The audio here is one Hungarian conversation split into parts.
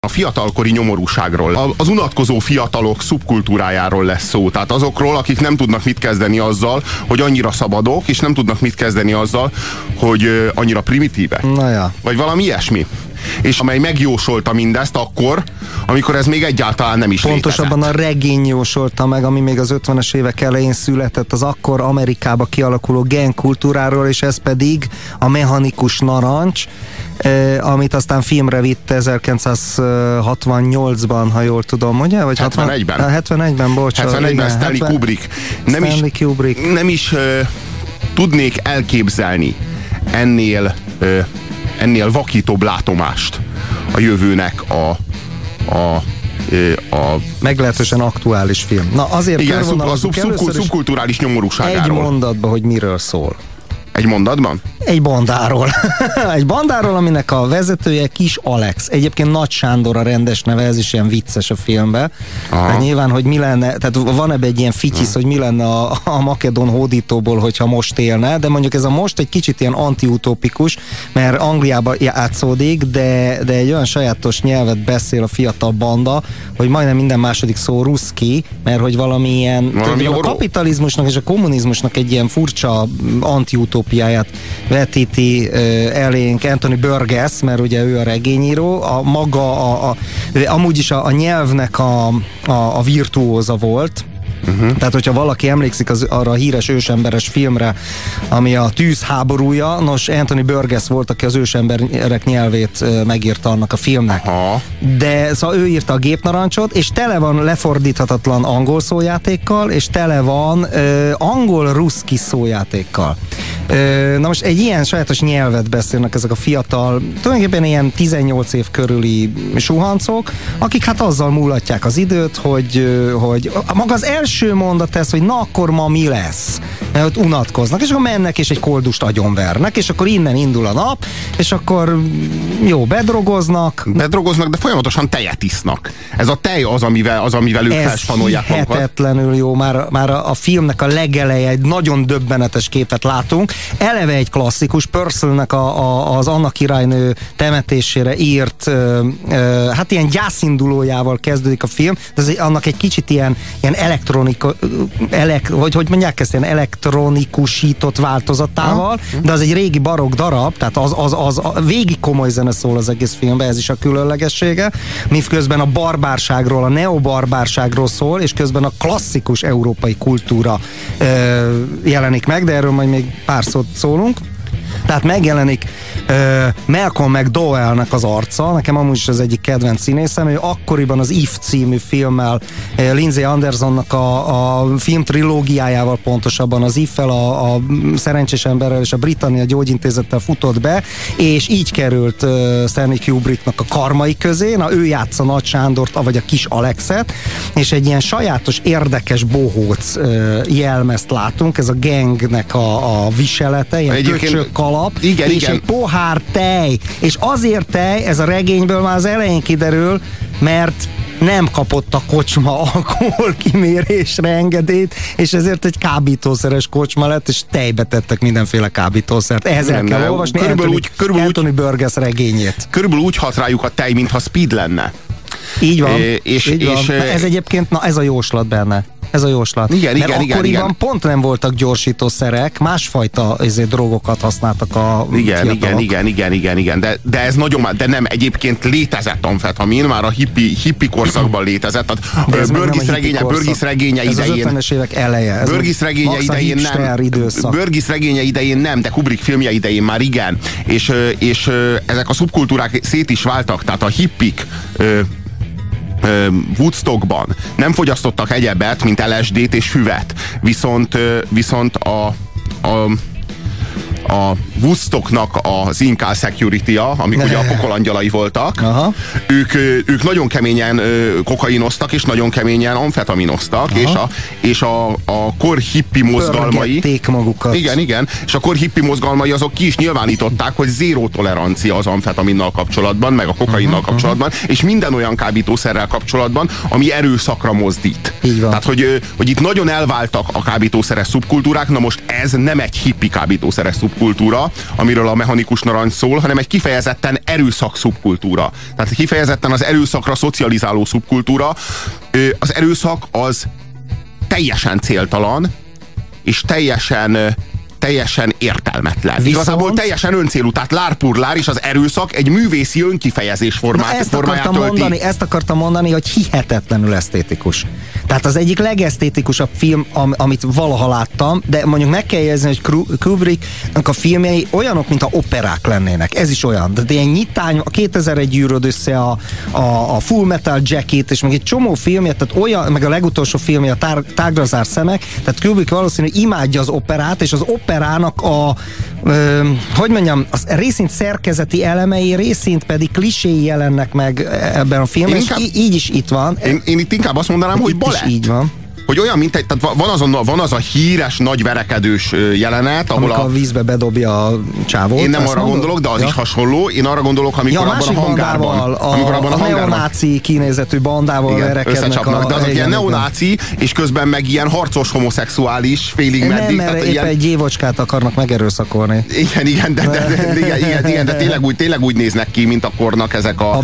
A fiatalkori nyomorúságról, az unatkozó fiatalok szubkultúrájáról lesz szó. Tehát azokról, akik nem tudnak mit kezdeni azzal, hogy annyira szabadok, és nem tudnak mit kezdeni azzal, hogy annyira primitívek. Na ja. Vagy valami ilyesmi. És amely megjósolta mindezt akkor, amikor ez még egyáltalán nem is pontosabban létezett. A regény jósolta meg, ami még az 50-es évek elején született, az akkor Amerikába kialakuló gang kultúráról, és ez pedig a Mechanikus Narancs, amit aztán filmre vitt 1968-ban, ha jól tudom, ugye? Vagy 71-ben. 71-ben, bocsánat. 71-ben Stanley Kubrick. Nem is tudnék elképzelni ennél vakítóbb látomást a jövőnek a meglehetősen aktuális film. Na azért igen, a szubkulturális nyomorúságáról. Egy mondatban, hogy miről szól. Egy mondatban? Egy bandáról. Egy bandáról, aminek a vezetője Kis Alex. Egyébként Nagy Sándor a rendes neve, ez is ilyen vicces a filmben. Hát nyilván, hogy mi lenne, tehát van ebbe egy ilyen fityisz, hogy mi lenne a makedon hódítóból, hogyha most élne, de mondjuk ez a most egy kicsit ilyen antiutópikus, mert Angliában játszódik, de egy olyan sajátos nyelvet beszél a fiatal banda, hogy majdnem minden második szó ruszki, mert hogy valami a kapitalizmusnak és a kommunizmusnak egy ilyen furcsa antiutópiáját vetíti elénk Anthony Burgess, mert ugye ő a regényíró, amúgy is a nyelvnek a virtuóza volt. Tehát, hogyha valaki emlékszik arra a híres ősemberes filmre, ami a Tűz háborúja, nos, Anthony Burgess volt, aki az ősemberek nyelvét megírta annak a filmnek. Aha. De szóval ő írta a Gépnarancsot, és tele van lefordíthatatlan angol szójátékkal, és tele van angol-ruszki szójátékkal. Na most egy ilyen sajátos nyelvet beszélnek ezek a fiatal, tulajdonképpen ilyen 18 év körüli suhancok, akik hát azzal múlatják az időt, hogy maga az első mondat ez, hogy na akkor ma mi lesz? Mert ott unatkoznak, és akkor mennek, és egy koldust agyonvernek, és akkor innen indul a nap, és akkor jó, bedrogoznak, de folyamatosan tejet isznak. Ez a tej az, amivel ők felspanolják magukat. Ez hihetetlenül jó, már a filmnek a legeleje, egy nagyon döbbenetes képet látunk. Eleve egy klasszikus, Purcellnek az Anna királynő temetésére írt, hát ilyen gyászindulójával kezdődik a film, de annak egy kicsit ilyen hogy mondják ezt, ilyen elektronikusított változatával, de az egy régi barokk darab, tehát az végig komoly zene szól az egész filmben, ez is a különlegessége, miközben a barbárságról, a neobarbárságról szól, és közben a klasszikus európai kultúra jelenik meg, de erről majd még pár szót szólunk. Tehát megjelenik Malcolm McDowell-nek az arca, nekem amúgy is az egyik kedvenc színészem, ő akkoriban az If című filmmel, Lindsay Andersonnak a film trilógiájával, pontosabban az If-fel, a Szerencsés emberrel és a Britannia gyógyintézettel futott be, és így került Stanley Kubricknak a karmai közé, na ő játsza Nagy Sándort, vagy a Kis Alexet, és egy ilyen sajátos, érdekes bohóc jelmezt látunk, ez a gangnek a viselete, ilyen köcsög kalap, igen, és egy pohár tej, és azért tej, ez a regényből már az elején kiderül, mert nem kapott a kocsma alkoholkimérésre engedélyt, és ezért egy kábítószeres kocsma lett, és tejbe tettek mindenféle kábítószert. Ehhez el kell olvasni Anthony Burgess regényét. Körülbelül úgy hat rájuk a tej, mintha speed lenne. Így van. Ez egyébként, ez a jóslat benne. Ez a jóslat. Igen, akkoriban pont nem voltak gyorsítószerek, másfajta drogokat használtak a fiatalok. Igen. De ez nagyon már, de nem, egyébként létezett amfetamin, már a hippi korszakban létezett. Burgess regénye idején. Ez az 50-es évek eleje. Burgess regénye idején nem. Burgess regénye idején nem, de Kubrick filmje idején már igen. És ezek a szubkultúrák szét is váltak, tehát a hippik Woodstockban nem fogyasztottak egyebet, mint LSD-t és füvet. Viszont a Woodstocknak az Incal Security-a, amik ugye a pokolangyalai voltak, ők nagyon keményen kokainoztak, és nagyon keményen amfetaminoztak, és a kor hippi mozgalmai... magukat. Igen, és a kor hippi mozgalmai azok ki is nyilvántották, hogy zéró tolerancia az amfetaminnal kapcsolatban, meg a kokainnal kapcsolatban, és minden olyan kábítószerrel kapcsolatban, ami erőszakra mozdít. Tehát, hogy itt nagyon elváltak a kábítószeres szubkultúrák, na most ez nem egy hippi kábítószeres szubkultúra, szubkultúra, amiről a Mechanikus Narancs szól, hanem egy kifejezetten erőszak szubkultúra. Tehát kifejezetten az erőszakra szocializáló szubkultúra. Az erőszak az teljesen céltalan, és teljesen értelmetlen. Igazából teljesen öncélú, tehát lárpurlár, és az erőszak egy művészi önkifejezés formáját tölti. Ezt akartam mondani, hogy hihetetlenül esztétikus. Tehát az egyik legesztétikusabb film, amit valaha láttam, de mondjuk meg kell jegyezni, hogy Kubricknak a filmjei olyanok, mintha operák lennének. Ez is olyan. De ilyen nyitány, a 2001 gyűröd össze a Full Metal Jacket, és meg egy csomó filmje, tehát olyan, meg a legutolsó filmje, a Tágra zárt szemek, tehát Kubrick valószínűleg imádja az operát, és az operának hogy mondjam, az részint szerkezeti elemei, részint pedig kliséi jelennek meg ebben a filmben, és így is itt van. Én itt inkább azt mondanám, hogy balett. Így van. Hogy olyan, mint egy, tehát van az a híres, nagy verekedős jelenet, ahol a vízbe bedobja a csávót. Én nem arra gondolok, de az is hasonló. Én arra gondolok, amikor abban a hangárban. A neonáci kinézetű bandával verekednek. Összecsapnak, de azok ilyen neonáci, és közben meg ilyen harcos homoszexuális, félig meddig. Nem, mert éppen egy évocskát akarnak megerőszakolni. Igen, de tényleg úgy néznek ki, mint akkornak ezek a... A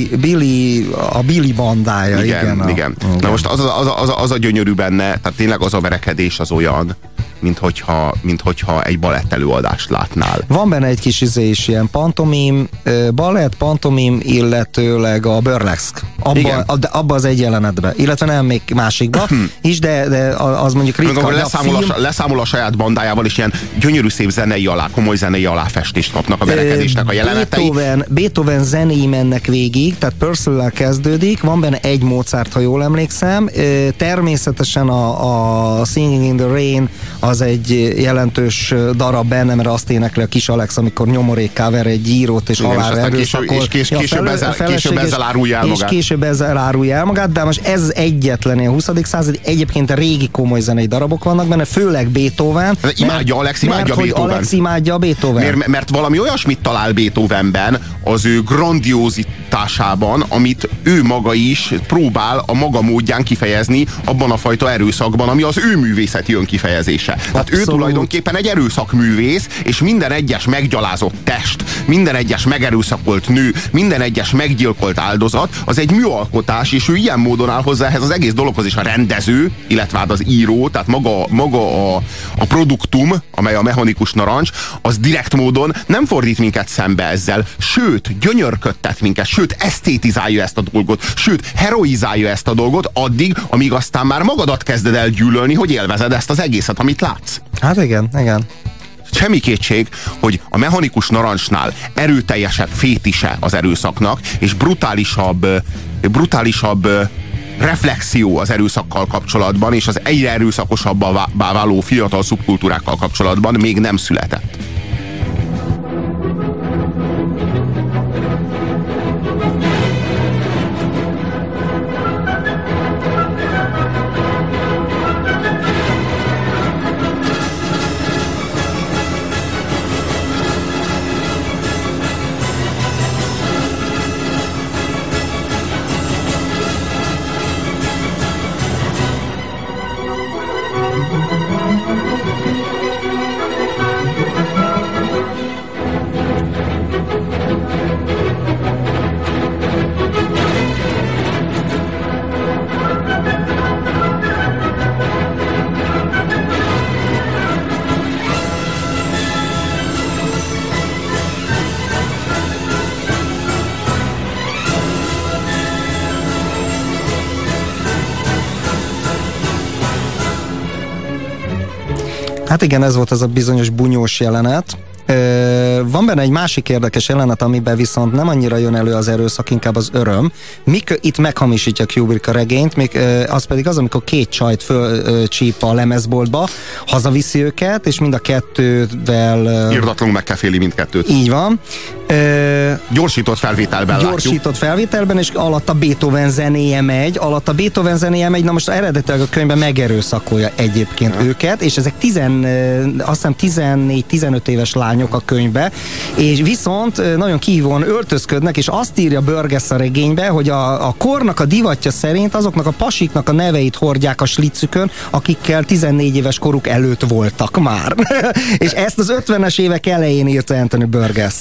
Billy bandája. Igen. Na most az a gyönyörű benne, tehát tényleg az a verekedés az olyan, mint hogyha egy balett előadást látnál. Van benne egy kis is ilyen balett, pantomim, illetőleg a burleszk. Abba az egy jelenetbe. Illetve nem még másikba is, de az mondjuk ritka. Leszámol a saját bandájával, és ilyen gyönyörű szép komoly zenei aláfestést kapnak a verekedésnek a jelenetei. Beethoven zenéi mennek végig, tehát Purcell-lel kezdődik, van benne egy Mozart, ha jól emlékszem. Természetesen a Singing in the Rain az egy jelentős darab benne, mert azt énekli a kis Alex, amikor nyomorékká ver egy írót, és halálra erőszakol. És később ezzel árulja el magát. És később ezzel árulja el magát, de most ez egyetlen ilyen 20. századi, egyébként régi komoly zenei darabok vannak benne, főleg Beethoven. Alex imádja Beethoven. Mert valami olyasmit talál Beethovenben, az ő grandiózitásában, amit ő maga is próbál a maga módján kifejezni abban a fajta erőszakban, ami az ő művészeti önkifejezése. Tehát ő tulajdonképpen egy erőszakművész, és minden egyes meggyalázott test, minden egyes megerőszakolt nő, minden egyes meggyilkolt áldozat, az egy műalkotás, és ő ilyen módon áll hozzá ehhez az egész dologhoz is. A rendező, illetve az író, tehát maga a produktum, amely a Mechanikus Narancs, az direkt módon nem fordít minket szembe ezzel, sőt, gyönyörködtet minket, sőt, esztétizálja ezt a dolgot, sőt, heroizálja ezt a dolgot addig, amíg aztán már magadat kezded el gyűlölni, hogy élvezed ezt az egészet, amit látsz. Hát igen. Semmi kétség, hogy a Mechanikus Narancsnál erőteljesebb fétise az erőszaknak, és brutálisabb reflexió az erőszakkal kapcsolatban, és az egyre erőszakosabbá váló fiatal szubkultúrákkal kapcsolatban még nem született. Hát igen, ez volt az a bizonyos bunyós jelenet. Van benne egy másik érdekes jelenet, amiben viszont nem annyira jön elő az erőszak, inkább az öröm. Itt meghamisítja Kubrick a regényt, az pedig az, amikor két csajt fölcsíp a lemezboltba, hazaviszi őket, és mind a kettővel... Irdatlanul megkeféli mindkettőt. Így van. Gyorsított felvételben Gyorsított felvételben, és alatt a Beethoven zenéje megy, na most eredetileg a könyvben megerőszakolja egyébként őket, és ezek azt hiszem 14-15 éves lányok a könyvbe, be, és viszont nagyon kihívóan öltözködnek, és azt írja Burgess a regénybe, hogy a kornak a divatja szerint azoknak a pasiknak a neveit hordják a slicükön, akikkel 14 éves koruk előtt voltak már. És ezt az 50-es évek elején írta Anthony Burgess.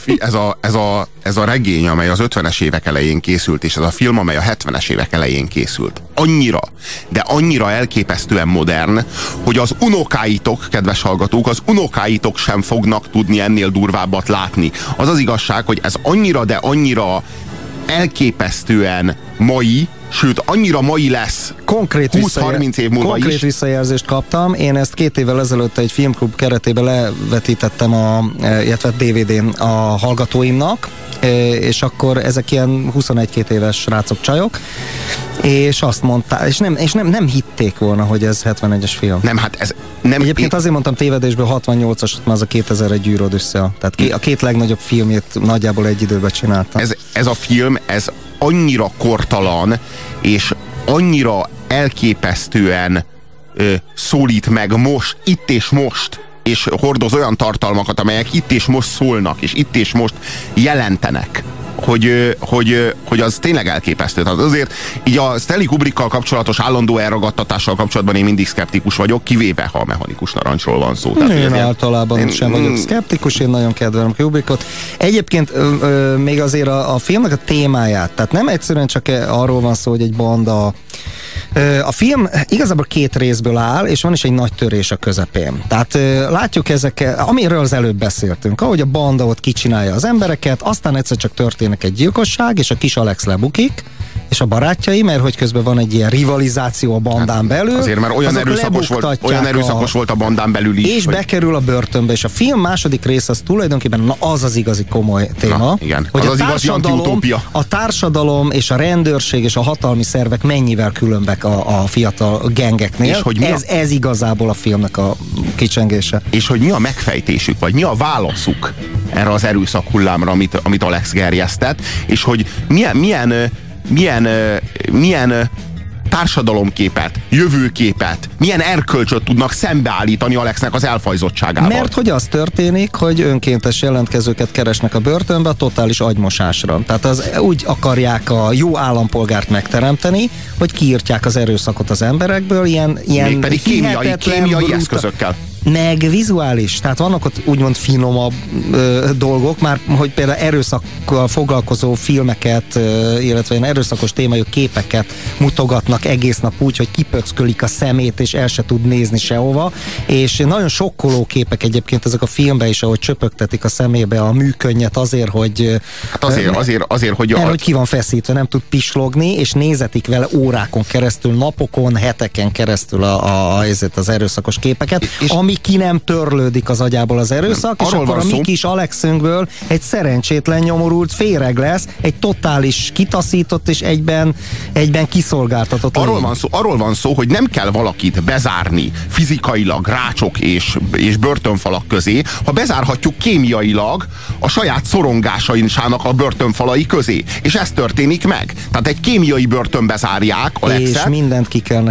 Ez a regény, amely az 50-es évek elején készült, és ez a film, amely a 70-es évek elején készült. Annyira, de annyira elképesztően modern, hogy az unokáitok, kedves hallgatók, az unokáitok sem fognak tudni ennél durvábbat látni. Az az igazság, hogy ez annyira, de annyira elképesztően mai, sőt, annyira mai lesz 20-30 év múlva konkrét is. Visszajelzést kaptam. Én ezt 2 évvel ezelőtt egy filmklub keretében levetítettem illetve DVD-n a hallgatóimnak, és akkor ezek ilyen 21-22 éves srácok, csajok, és azt mondták, és nem hitték volna, hogy ez 71-es film. Nem, hát ez nem... Egyébként azért mondtam tévedésből 68-as, már az a 2001 űrod össze. Tehát a 2 legnagyobb filmjét nagyjából egy időben csináltam. Ez a film, ez annyira kortalan, és annyira elképesztően szólít meg most, itt és most, és hordoz olyan tartalmakat, amelyek itt és most szólnak, és itt és most jelentenek, hogy az tényleg elképesztő. Tehát azért így a Stanley Kubrickkal kapcsolatos állandó elragadtatással kapcsolatban én mindig szkeptikus vagyok, kivéve ha a Mechanikus Narancsról van szó. Tehát én általában sem vagyok szkeptikus, én nagyon kedvelem Kubrickot. Egyébként még azért a filmnek a témáját, tehát nem egyszerűen csak arról van szó, hogy egy banda. A film igazából 2 részből áll, és van is egy nagy törés a közepén. Tehát látjuk amiről az előbb beszéltünk, ahogy a banda ott kicsinálja az embereket, aztán egyszer csak történik egy gyilkosság, és a kis Alex lebukik, és a barátjai, mert hogy közben van egy ilyen rivalizáció a bandán belül. Azért, mert olyan erőszakos volt a bandán belül is. És bekerül a börtönbe, és a film második része az tulajdonképpen az igazi komoly téma. Igen, hogy az igazi antiutópia. A társadalom és a rendőrség és a hatalmi szervek mennyivel különbek a fiatal gengeknél. És hogy ez igazából a filmnek a kicsengése. És hogy mi a megfejtésük, vagy mi a válaszuk erre az erőszak hullámra, amit Alex gerjesztett, és hogy milyen társadalomképet, jövőképet, milyen erkölcsöt tudnak szembeállítani Alexnek az elfajzottságával. Mert hogy az történik, hogy önkéntes jelentkezőket keresnek a börtönbe a totális agymosásra. Tehát úgy akarják a jó állampolgárt megteremteni, hogy kiírtják az erőszakot az emberekből, ilyen mégpedig kémiai eszközökkel. Meg vizuális, tehát vannak ott úgymond finomabb dolgok, már hogy például erőszakkal foglalkozó filmeket, illetve ilyen erőszakos témájú képeket mutogatnak egész nap úgy, hogy kipöckölik a szemét, és el se tud nézni sehova, és nagyon sokkoló képek egyébként ezek a filmben is, ahogy csöpögtetik a szemébe a műkönnyet azért, hogy hát azért, hogy ki van feszítve, nem tud pislogni, és nézetik vele órákon keresztül, napokon, heteken keresztül az erőszakos képeket, ami ki nem törlődik az agyából az erőszak, és akkor a mi kis Alexünkből egy szerencsétlen nyomorult féreg lesz, egy totális kitaszított és egyben kiszolgáltatott. Arról van szó, hogy nem kell valakit bezárni fizikailag rácsok és börtönfalak közé, ha bezárhatjuk kémiailag a saját szorongásainak a börtönfalai közé. És ez történik meg. Tehát egy kémiai börtönbe zárják Alexet. És mindent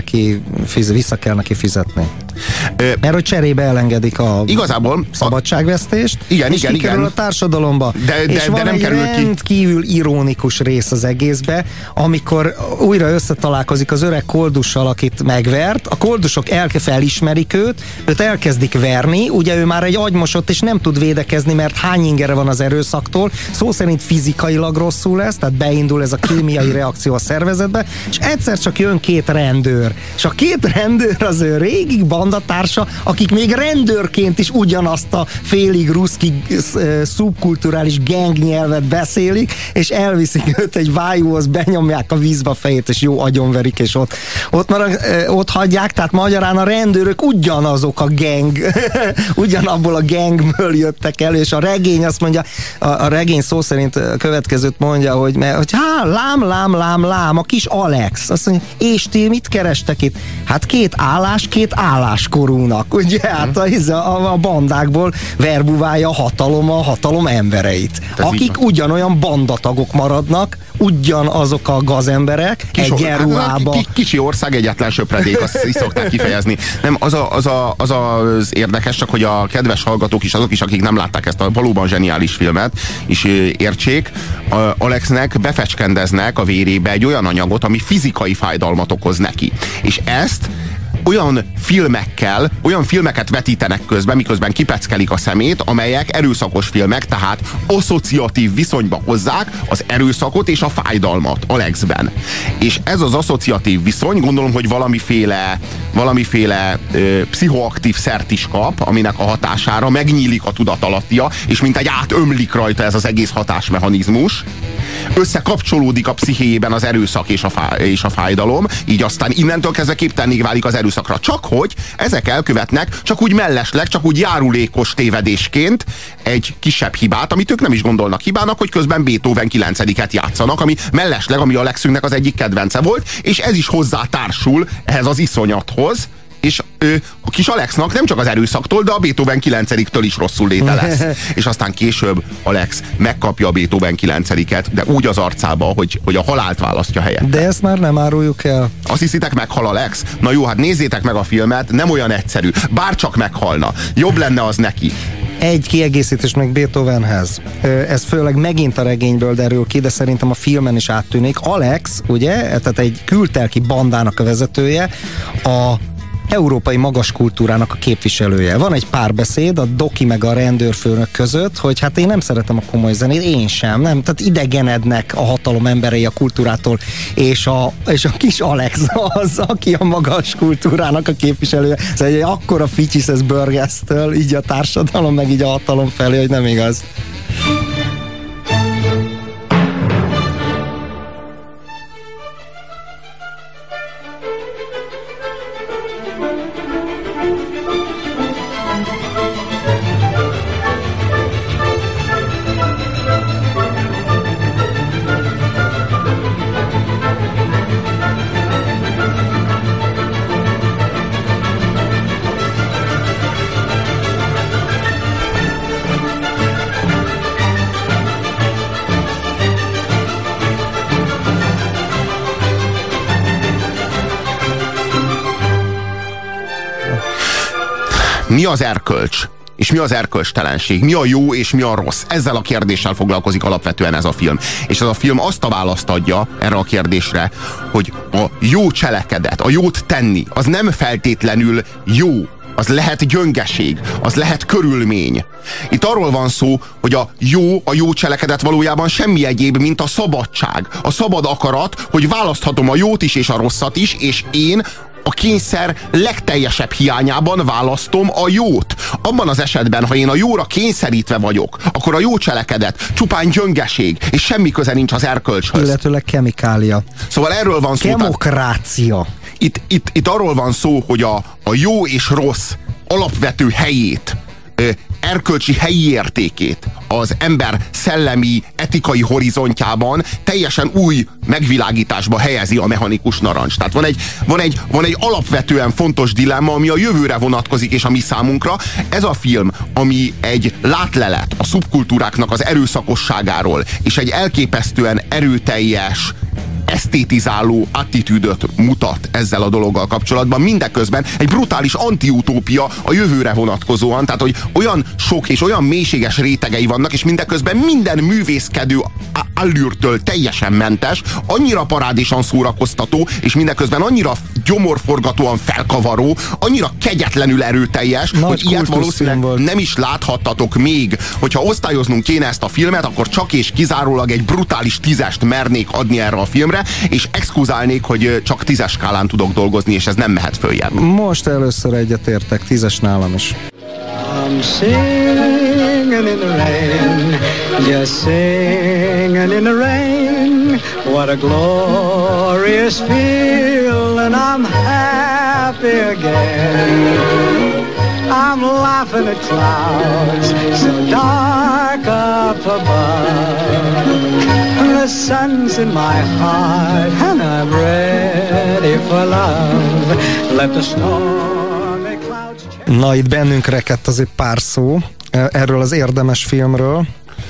vissza kell neki fizetni. Mert hogy cserébe elengedik igazából szabadságvesztést, és kikerül a társadalomba. És van egy rendkívül ironikus rész az egészbe, amikor újra összetalálkozik az öreg koldussal, akit megvert, a koldusok felismerik őt elkezdik verni, ugye ő már egy agymosott, és nem tud védekezni, mert hány ingere van az erőszaktól, szó szerint fizikailag rosszul lesz, tehát beindul ez a kémiai reakció a szervezetbe, és egyszer csak jön 2 rendőr, és a 2 rendőr az ő régi bandatársa, akik még rendőrként is ugyanazt a félig ruszki szubkulturális gangnyelvet beszélik, és elviszik őt egy vájúhoz, benyomják a vízbe a fejét, és jó agyonverik, és ott hagyják, tehát magyarán a rendőrök ugyanazok a gang, ugyanabból a gangből jöttek elő, és a regény azt mondja, a regény szó szerint a következőt mondja, hogy lám, a kis Alex. Azt mondja, és ti mit kerestek itt? Hát 2 állás varázskorúnak, ugye? Hát a bandákból verbuválja a hatalom embereit, akik ugyanolyan bandatagok maradnak, ugyanazok a gazemberek, egyenruhába. Kicsi ország, egyetlen söpredék, azt is szokták kifejezni. Nem, az érdekes, csak hogy a kedves hallgatók is, azok is, akik nem látták ezt a valóban zseniális filmet, is értsék, Alexnek befecskendeznek a vérébe egy olyan anyagot, ami fizikai fájdalmat okoz neki. És ezt olyan filmeket vetítenek közben, miközben kipeckelik a szemét, amelyek erőszakos filmek, tehát asszociatív viszonyba hozzák az erőszakot és a fájdalmat Alexben. És ez az asszociatív viszony, gondolom, hogy valamiféle pszichoaktív szert is kap, aminek a hatására megnyílik a tudatalattia, és mint egy átömlik rajta ez az egész hatásmechanizmus, összekapcsolódik a pszichéjében az erőszak és a fájdalom, így aztán innentől kezdve képtelenné válik az erőszakra. Csak hogy ezek elkövetnek csak úgy mellesleg, csak úgy járulékos tévedésként egy kisebb hibát, amit ők nem is gondolnak hibának, hogy közben Beethoven 9-et játszanak, ami mellesleg, ami Alexünknek az egyik kedvence volt, és ez is hozzá társul ehhez az iszonyathoz, és a kis Alexnak nem csak az erőszaktól, de a Beethoven 9-től is rosszul léte lesz. És aztán később Alex megkapja a Beethoven 9-et, de úgy az arcába, hogy a halált választja helyett. De ezt már nem áruljuk el. Azt hiszitek, meghal Alex? Na jó, hát nézzétek meg a filmet, nem olyan egyszerű. Bárcsak meghalna. Jobb lenne az neki. Egy kiegészítés még Beethovenhez. Ez főleg megint a regényből derül ki, de szerintem a filmen is áttűnik. Alex, ugye, tehát egy kültelki bandának a vezetője, a európai magas kultúrának a képviselője. Van egy párbeszéd a doki meg a rendőrfőnök között, hogy hát én nem szeretem a komoly zenét, én sem, nem? Tehát idegenednek a hatalom emberei a kultúrától, és a kis Alex az, aki a magas kultúrának a képviselője. Szóval egy akkora ficsisz ez Burgess-től, így a társadalom, meg így a hatalom felé, hogy nem igaz. Mi az erkölcs? És mi az erkölcstelenség? Mi a jó és mi a rossz? Ezzel a kérdéssel foglalkozik alapvetően ez a film. És ez a film azt a választ adja erre a kérdésre, hogy a jó cselekedet, a jót tenni, az nem feltétlenül jó. Az lehet gyöngeség, az lehet körülmény. Itt arról van szó, hogy a jó cselekedet valójában semmi egyéb, mint a szabadság. A szabad akarat, hogy választhatom a jót is és a rosszat is, és én a kényszer legteljesebb hiányában választom a jót. Abban az esetben, ha én a jóra kényszerítve vagyok, akkor a jó cselekedet csupán gyöngeség, és semmi köze nincs az erkölcshöz. Illetőleg kemikália. Szóval erről van szó. Demokrácia. Itt arról van szó, hogy a jó és rossz alapvető helyét, erkölcsi helyi értékét az ember szellemi, etikai horizontjában teljesen új megvilágításba helyezi a Mechanikus Narancs. Tehát van egy alapvetően fontos dilemma, ami a jövőre vonatkozik, és ami számunkra. Ez a film, ami egy látlelet a szubkultúráknak az erőszakosságáról, és egy elképesztően erőteljes, esztétizáló attitűdöt mutat ezzel a dologgal kapcsolatban, mindeközben egy brutális antiutópia a jövőre vonatkozóan, tehát hogy olyan sok és olyan mélységes rétegei vannak, és mindeközben minden művészkedő allűrtől teljesen mentes, annyira parádésan szórakoztató, és mindeközben annyira gyomorforgatóan felkavaró, annyira kegyetlenül erőteljes, nagy hogy ilyet valószínűleg nem is láthattatok még. Hogyha osztályoznunk kéne ezt a filmet, akkor csak és kizárólag egy brutális 10-est mernék adni erre a filmre, és exkluzálnék, hogy csak 10-es skálán tudok dolgozni, és ez nem mehet följebb. Most először egyetértek, 10-es nálam is. I'm singing in the rain, just singing in the rain. What a glorious feeling, I'm happy again. I'm laughing at clouds so dark up above. The sun's in my heart and I'm ready for love. Let the stormy clouds Na, itt bennünk rekedt azért pár szó erről az érdemes filmről.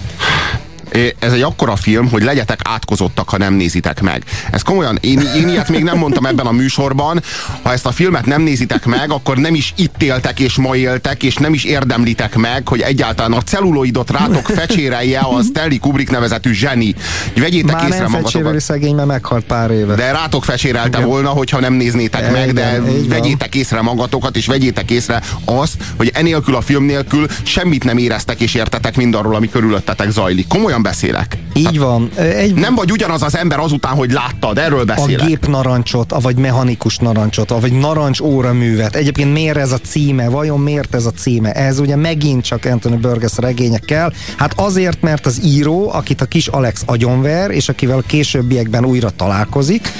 Ez egy akkora film, hogy legyetek átkozottak, ha nem nézitek meg. Ez komolyan, én ilyet még nem mondtam ebben a műsorban. Ha ezt a filmet nem nézitek meg, akkor nem is itt éltek és ma éltek, és nem is érdemlitek meg, hogy egyáltalán a celluloidot rátok fecsérelje a Stanley Kubrick nevezetű zseni. Vegyétek már észre nem magatokat. szegény, mert meghalt pár éve. De rátok fecsérelte volna, hogyha nem néznétek meg, de vegyétek észre magatokat, és vegyétek észre azt, hogy enélkül a film nélkül semmit nem éreztek és értetek mindarról, ami körülöttetek zajlik. Komolyan beszélek. Így van. Nem vagy ugyanaz az ember azután, hogy láttad, erről beszélek. A gépnarancsot, vagy mechanikus narancsot, vagy narancs óraművet. Egyébként miért ez a címe? Vajon miért ez a címe? Ez ugye megint csak Anthony Burgess regényekkel. Hát azért, mert az író, akit a kis Alex agyonver, és akivel a későbbiekben újra találkozik,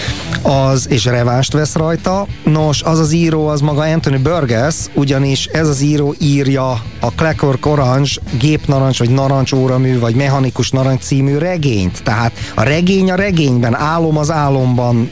és revást vesz rajta. Nos, az az író, az maga Anthony Burgess, ugyanis ez az író írja a Clockwork Orange gépnarancs, vagy narancs óramű, vagy mechanikus narancs című regényt. Tehát a regény a regényben, álom az álomban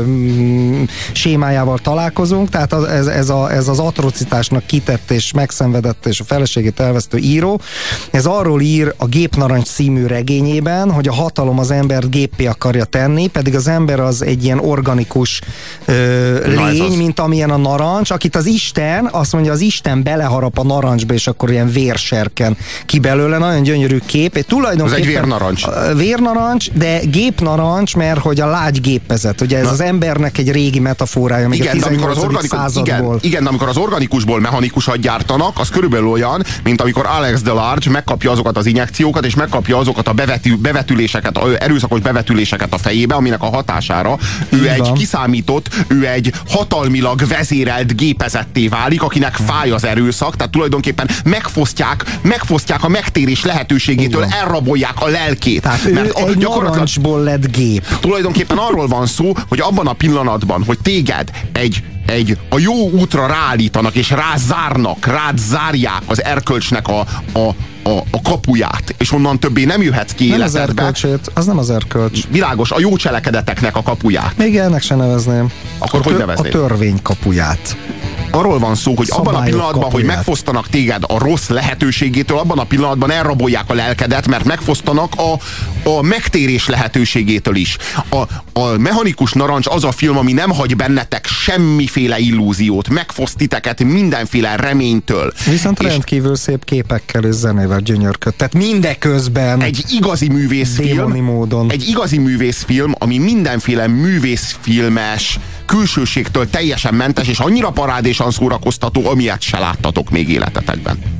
sémájával találkozunk, tehát ez az atrocitásnak kitett és megszenvedett és a feleségét elvesztő író, ez arról ír a Gépnarancs című regényében, hogy a hatalom az embert géppé akarja tenni, pedig az ember az egy ilyen organikus lény, mint amilyen a narancs, akit az Isten, azt mondja, az Isten beleharap a narancsba, és akkor ilyen vérserken ki belőle, nagyon gyönyörű kép. Ez egy vérnarancs. Vérnarancs, de gépnarancs, mert hogy a lágy gépezet. Ugye ez az embernek egy régi metaforája, még igen, a 18. századból. Igen, de amikor az organikusból mechanikusat gyártanak, az körülbelül olyan, mint amikor Alex Delarge megkapja azokat az injekciókat, és megkapja azokat a bevetüléseket, erőszakos bevetüléseket a fejébe, aminek a hatására ő egy kiszámított, ő egy hatalmilag vezérelt gépezetté válik, akinek fáj az erőszak, tehát tulajdonképpen megfosztják a megtérés lehetőségétől, elrabolják a lelkét. Tehát mert ő egy narancsból lett gép. Tulajdonképpen arról van szó, hogy abban a pillanatban, hogy téged a jó útra ráállítanak, és rád zárják az erkölcsnek a kapuját, és onnan többé nem jöhetsz ki életedbe. Az nem az erkölcs. Világos, a jó cselekedeteknek a kapuját. Még ennek se nevezném. Akkor hogy nevezném? A törvény kapuját. Arról van szó, hogy abban a pillanatban, kapuját, hogy megfosztanak téged a rossz lehetőségétől, abban a pillanatban elrabolják a lelkedet, mert megfosztanak a megtérés lehetőségétől is. A Mechanikus Narancs az a film, ami nem hagy bennetek semmiféle illúziót, megfoszt titeket mindenféle reménytől. Viszont rendkívül szép képekkel és zenével gyönyörköd. Tehát mindeközben egy igazi művészfilm, ami mindenféle művészfilmes külsőségtől teljesen mentes, és annyira parádésan szórakoztató, amilyet se láttatok még életetekben.